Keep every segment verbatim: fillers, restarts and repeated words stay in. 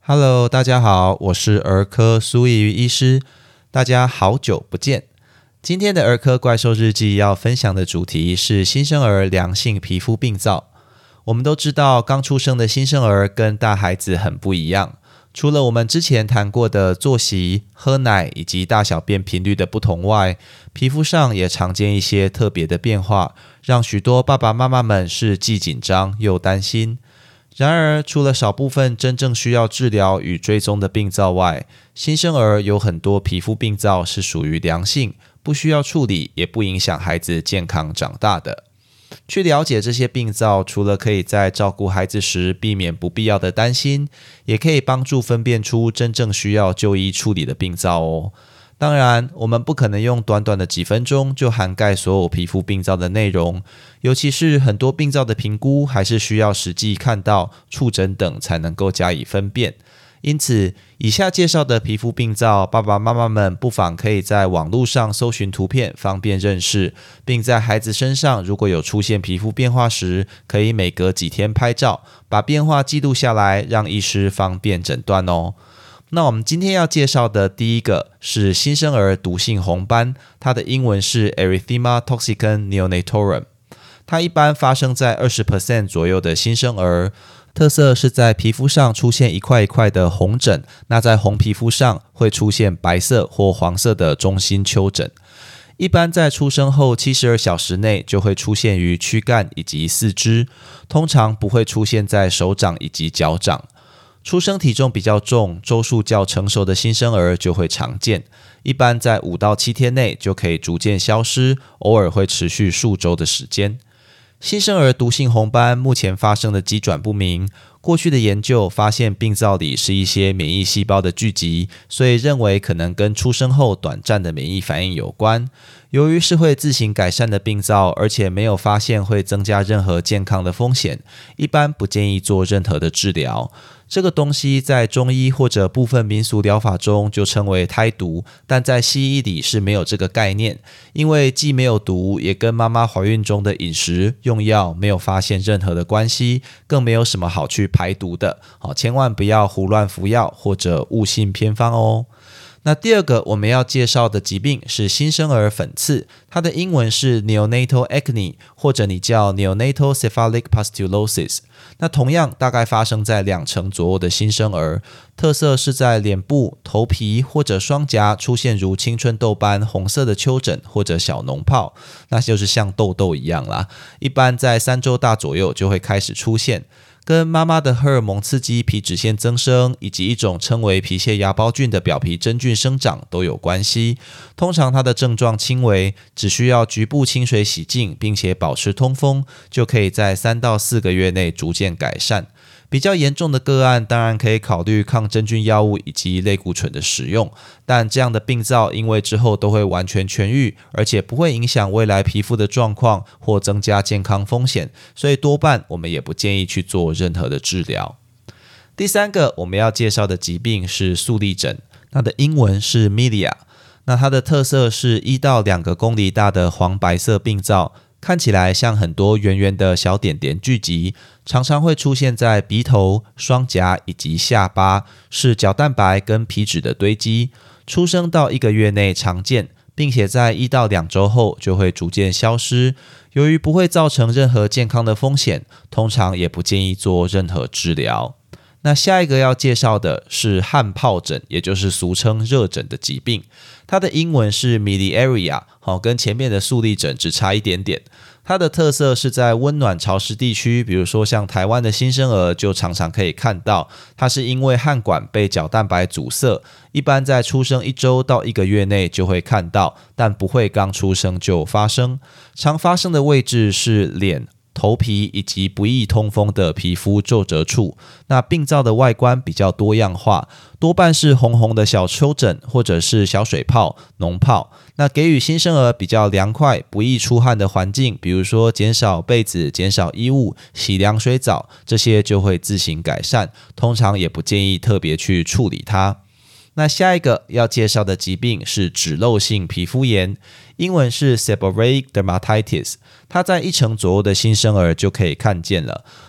Hello， 大家好，我是儿科苏奕瑜医师，大家好久不见。今天的儿科怪兽日记要分享的主题是新生儿良性皮肤病灶。我们都知道，刚出生的新生儿跟大孩子很不一样，除了我们之前谈过的作息、喝奶以及大小便频率的不同外，皮肤上也常见一些特别的变化，让许多爸爸妈妈们是既紧张又担心。然而，除了少部分真正需要治疗与追踪的病灶外，新生儿有很多皮肤病灶是属于良性，不需要处理，也不影响孩子健康长大的。去了解这些病灶，除了可以在照顾孩子时避免不必要的担心，也可以帮助分辨出真正需要就医处理的病灶哦。当然，我们不可能用短短的几分钟就涵盖所有皮肤病灶的内容，尤其是很多病灶的评估还是需要实际看到、触诊等才能够加以分辨。因此，以下介绍的皮肤病灶，爸爸妈妈们不妨可以在网络上搜寻图片，方便认识，并在孩子身上如果有出现皮肤变化时，可以每隔几天拍照，把变化记录下来，让医师方便诊断哦。那我们今天要介绍的第一个是新生儿毒性红斑，它的英文是 Erythema toxicum neonatorum。 它一般发生在 百分之二十 左右的新生儿，特色是在皮肤上出现一块一块的红疹，那在红皮肤上会出现白色或黄色的中心丘疹。一般在出生后七十二小时内就会出现于躯干以及四肢，通常不会出现在手掌以及脚掌。出生体重比较重、周数较成熟的新生儿就会常见，一般在五到七天内就可以逐渐消失，偶尔会持续数周的时间。新生儿毒性红斑目前发生的机转不明，过去的研究发现病灶里是一些免疫细胞的聚集，所以认为可能跟出生后短暂的免疫反应有关。由于是会自行改善的病灶，而且没有发现会增加任何健康的风险，一般不建议做任何的治疗。这个东西在中医或者部分民俗疗法中就称为胎毒，但在西医里是没有这个概念，因为既没有毒，也跟妈妈怀孕中的饮食、用药没有发现任何的关系，更没有什么好去排毒的。好，千万不要胡乱服药或者误信偏方哦。那第二个我们要介绍的疾病是新生儿粉刺，它的英文是 Neonatal Acne， 或者你叫 Neonatal Cephalic Pustulosis。 那同样大概发生在两成左右的新生儿，特色是在脸部、头皮或者双颊出现如青春痘般红色的丘疹或者小脓泡，那就是像痘痘一样啦，一般在三周大左右就会开始出现，跟妈妈的荷尔蒙刺激皮脂腺增生以及一种称为皮屑芽孢菌的表皮真菌生长都有关系。通常它的症状轻微，只需要局部清水洗净，并且保持通风，就可以在三到四个月内逐渐改善。比较严重的个案当然可以考虑抗真菌药物以及类固醇的使用，但这样的病灶因为之后都会完全痊愈，而且不会影响未来皮肤的状况或增加健康风险，所以多半我们也不建议去做任何的治疗。第三个我们要介绍的疾病是粟粒疹，它的英文是 Milia。 那它的特色是一到两个公厘大的黄白色病灶，看起来像很多圆圆的小点点聚集，常常会出现在鼻头、双颊以及下巴，是角蛋白跟皮脂的堆积。出生到一个月内常见，并且在一到两周后就会逐渐消失。由于不会造成任何健康的风险，通常也不建议做任何治疗。那下一个要介绍的是汗疱疹，也就是俗称热疹的疾病。它的英文是 Miliaria， 跟前面的粟粒疹只差一点点。它的特色是在温暖潮湿地区，比如说像台湾的新生儿就常常可以看到，它是因为汗管被角蛋白阻塞，一般在出生一周到一个月内就会看到，但不会刚出生就发生。常发生的位置是脸、头皮以及不易通风的皮肤皱褶处。那病灶的外观比较多样化，多半是红红的小丘疹或者是小水泡、脓泡。那给予新生儿比较凉快、不易出汗的环境，比如说减少被子、减少衣物、洗凉水澡，这些就会自行改善，通常也不建议特别去处理它。那下一个要介绍的疾病是脂漏性皮肤炎，英文是 Seborrheic dermatitis， 它在一成左右的新生儿就可以看见了。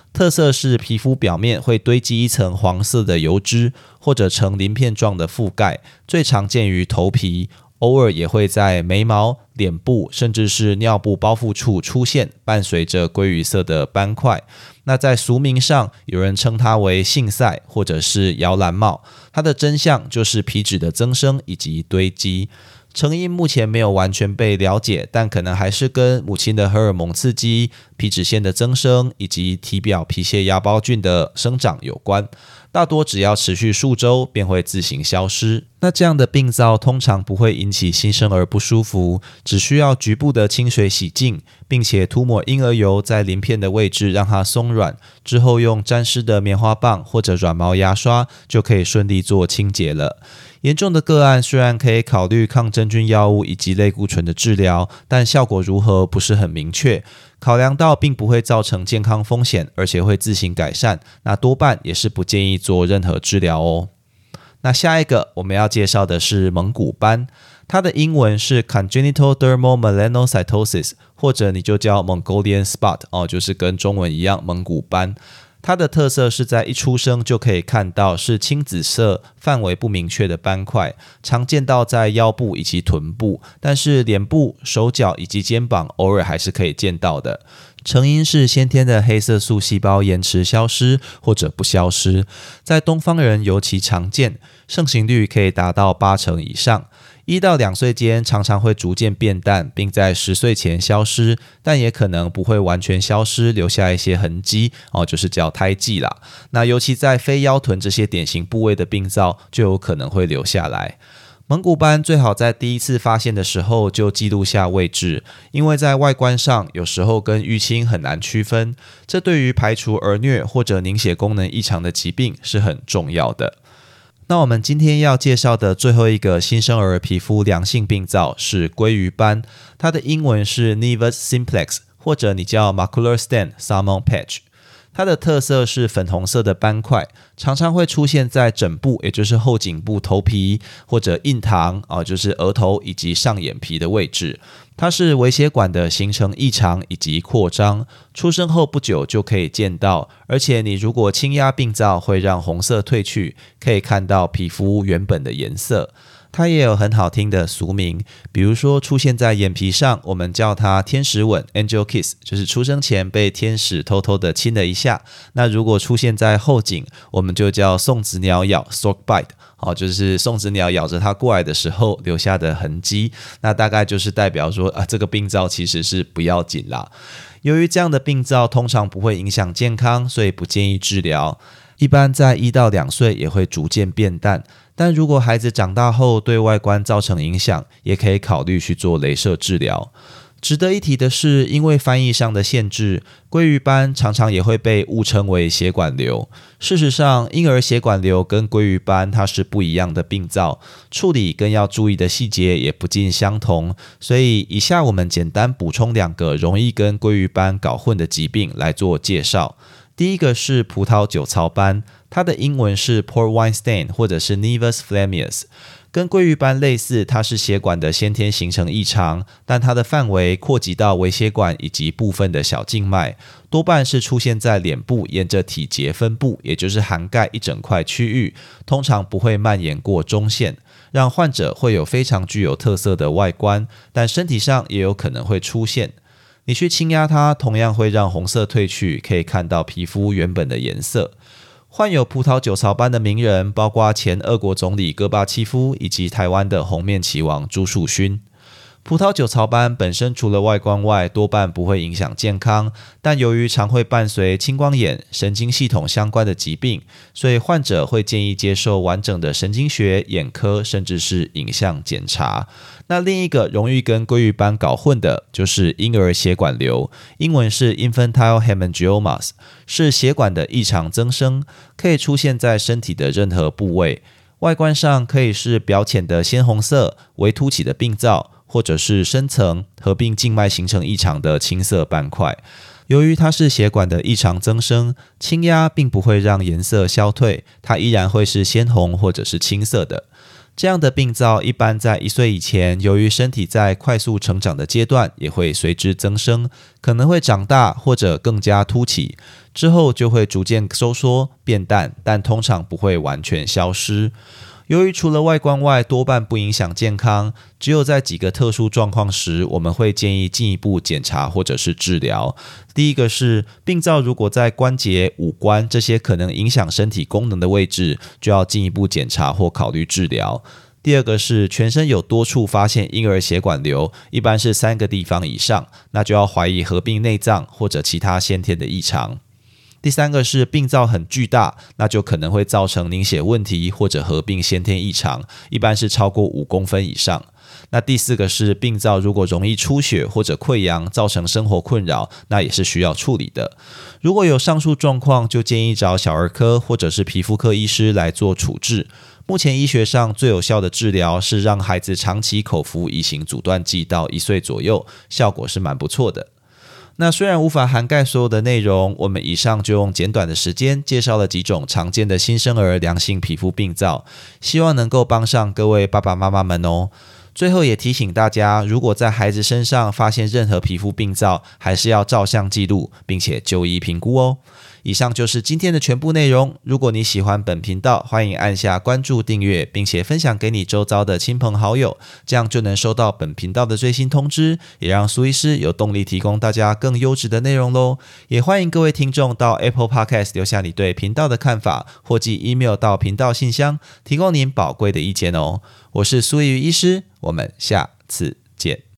特色是皮肤表面会堆积一层黄色的油脂，或者呈鳞片状的覆盖，最常见于头皮，偶尔也会在眉毛、脸部甚至是尿部包覆处出现，伴随着鲑鱼色的斑块。那在俗名上，有人称它为杏塞或者是摇篮帽，它的真相就是皮脂的增生以及堆积。成因目前没有完全被了解，但可能还是跟母亲的荷尔蒙刺激、皮脂腺的增生以及体表皮屑芽孢菌的生长有关。大多只要持续数周便会自行消失。那这样的病灶通常不会引起新生儿不舒服，只需要局部的清水洗净，并且涂抹婴儿油在鳞片的位置让它松软，之后用沾湿的棉花棒或者软毛牙刷就可以顺利做清洁了。严重的个案虽然可以考虑抗真菌药物以及类固醇的治疗，但效果如何不是很明确。考量到并不会造成健康风险，而且会自行改善，那多半也是不建议做任何治疗哦。那下一个我们要介绍的是蒙古斑，它的英文是 Congenital Dermal Melanocytosis， 或者你就叫 Mongolian Spot， 哦，就是跟中文一样蒙古斑。它的特色是在一出生就可以看到是青紫色范围不明确的斑块，常见到在腰部以及臀部，但是脸部、手脚以及肩膀偶尔还是可以见到的。成因是先天的黑色素细胞延迟消失或者不消失，在东方人尤其常见，盛行率可以达到八成以上。一到两岁间常常会逐渐变淡，并在十岁前消失，但也可能不会完全消失，留下一些痕迹，哦，就是叫胎记啦。那尤其在非腰臀这些典型部位的病灶，就有可能会留下来。蒙古斑最好在第一次发现的时候就记录下位置，因为在外观上有时候跟淤青很难区分，这对于排除儿疟或者凝血功能异常的疾病是很重要的。那我们今天要介绍的最后一个新生儿皮肤良性病灶是鲑鱼斑，它的英文是 Nevus simplex， 或者你叫 Macular Stain Salmon Patch。它的特色是粉红色的斑块，常常会出现在枕部，也就是后颈部头皮，或者印堂，哦，就是额头以及上眼皮的位置。它是微血管的形成异常以及扩张，出生后不久就可以见到，而且你如果轻压病灶会让红色褪去，可以看到皮肤原本的颜色。它也有很好听的俗名，比如说出现在眼皮上，我们叫它天使吻 Angel Kiss， 就是出生前被天使偷偷的亲了一下。那如果出现在后颈，我们就叫送子鸟咬 Stork Bite，哦，就是送子鸟咬着它过来的时候留下的痕迹。那大概就是代表说啊，这个病灶其实是不要紧啦。由于这样的病灶通常不会影响健康，所以不建议治疗。一般在一到两岁也会逐渐变淡，但如果孩子长大后对外观造成影响，也可以考虑去做雷射治疗。值得一提的是，因为翻译上的限制，鲑鱼斑常常也会被误称为血管瘤。事实上，婴儿血管瘤跟鲑鱼斑它是不一样的病灶，处理跟要注意的细节也不尽相同。所以以下我们简单补充两个容易跟鲑鱼斑搞混的疾病来做介绍。第一个是葡萄酒槽斑，它的英文是 Port Wine Stain 或者是 Nevus flammeus。跟鲑鱼斑类似，它是血管的先天形成异常，但它的范围扩及到微血管以及部分的小静脉，多半是出现在脸部沿着体节分布，也就是涵盖一整块区域，通常不会蔓延过中线，让患者会有非常具有特色的外观，但身体上也有可能会出现。你去轻压它，同样会让红色褪去，可以看到皮肤原本的颜色。患有葡萄酒槽斑的名人包括前俄国总理戈巴契夫以及台湾的红面旗王朱树勋。葡萄酒槽斑本身除了外观外，多半不会影响健康，但由于常会伴随青光眼、神经系统相关的疾病，所以患者会建议接受完整的神经学、眼科甚至是影像检查。那另一个容易跟鲑鱼斑搞混的就是婴儿血管瘤，英文是 Infantile Hemangiomas， 是血管的异常增生，可以出现在身体的任何部位，外观上可以是表浅的鲜红色、微凸起的病灶，或者是深层合并静脉形成异常的青色斑块。 由于它是血管的异常增生，轻压并不会让颜色消退，它依然会是鲜红或者是青色的。这样的病灶一般在一岁以前，由于身体在快速成长的阶段，也会随之增生，可能会长大或者更加凸起，之后就会逐渐收缩变淡，但通常不会完全消失。由于除了外观外多半不影响健康，只有在几个特殊状况时，我们会建议进一步检查或者是治疗。第一个是病灶如果在关节、五官这些可能影响身体功能的位置，就要进一步检查或考虑治疗。第二个是全身有多处发现婴儿血管瘤，一般是三个地方以上，那就要怀疑合并内脏或者其他先天的异常。第三个是病灶很巨大，那就可能会造成凝血问题或者合并先天异常，一般是超过五公分以上。那第四个是病灶如果容易出血或者溃疡，造成生活困扰，那也是需要处理的。如果有上述状况，就建议找小儿科或者是皮肤科医师来做处置。目前医学上最有效的治疗是让孩子长期口服乙型阻断剂到一岁左右，效果是蛮不错的。那虽然无法涵盖所有的内容，我们以上就用简短的时间介绍了几种常见的新生儿良性皮肤病灶，希望能够帮上各位爸爸妈妈们哦。最后也提醒大家，如果在孩子身上发现任何皮肤病灶，还是要照相记录，并且就医评估哦。以上就是今天的全部内容。如果你喜欢本频道，欢迎按下关注订阅，并且分享给你周遭的亲朋好友，这样就能收到本频道的最新通知，也让苏医师有动力提供大家更优质的内容咯。也欢迎各位听众到 Apple Podcast 留下你对频道的看法，或寄 email 到频道信箱，提供您宝贵的意见哦。我是苏奕医师，我们下次见。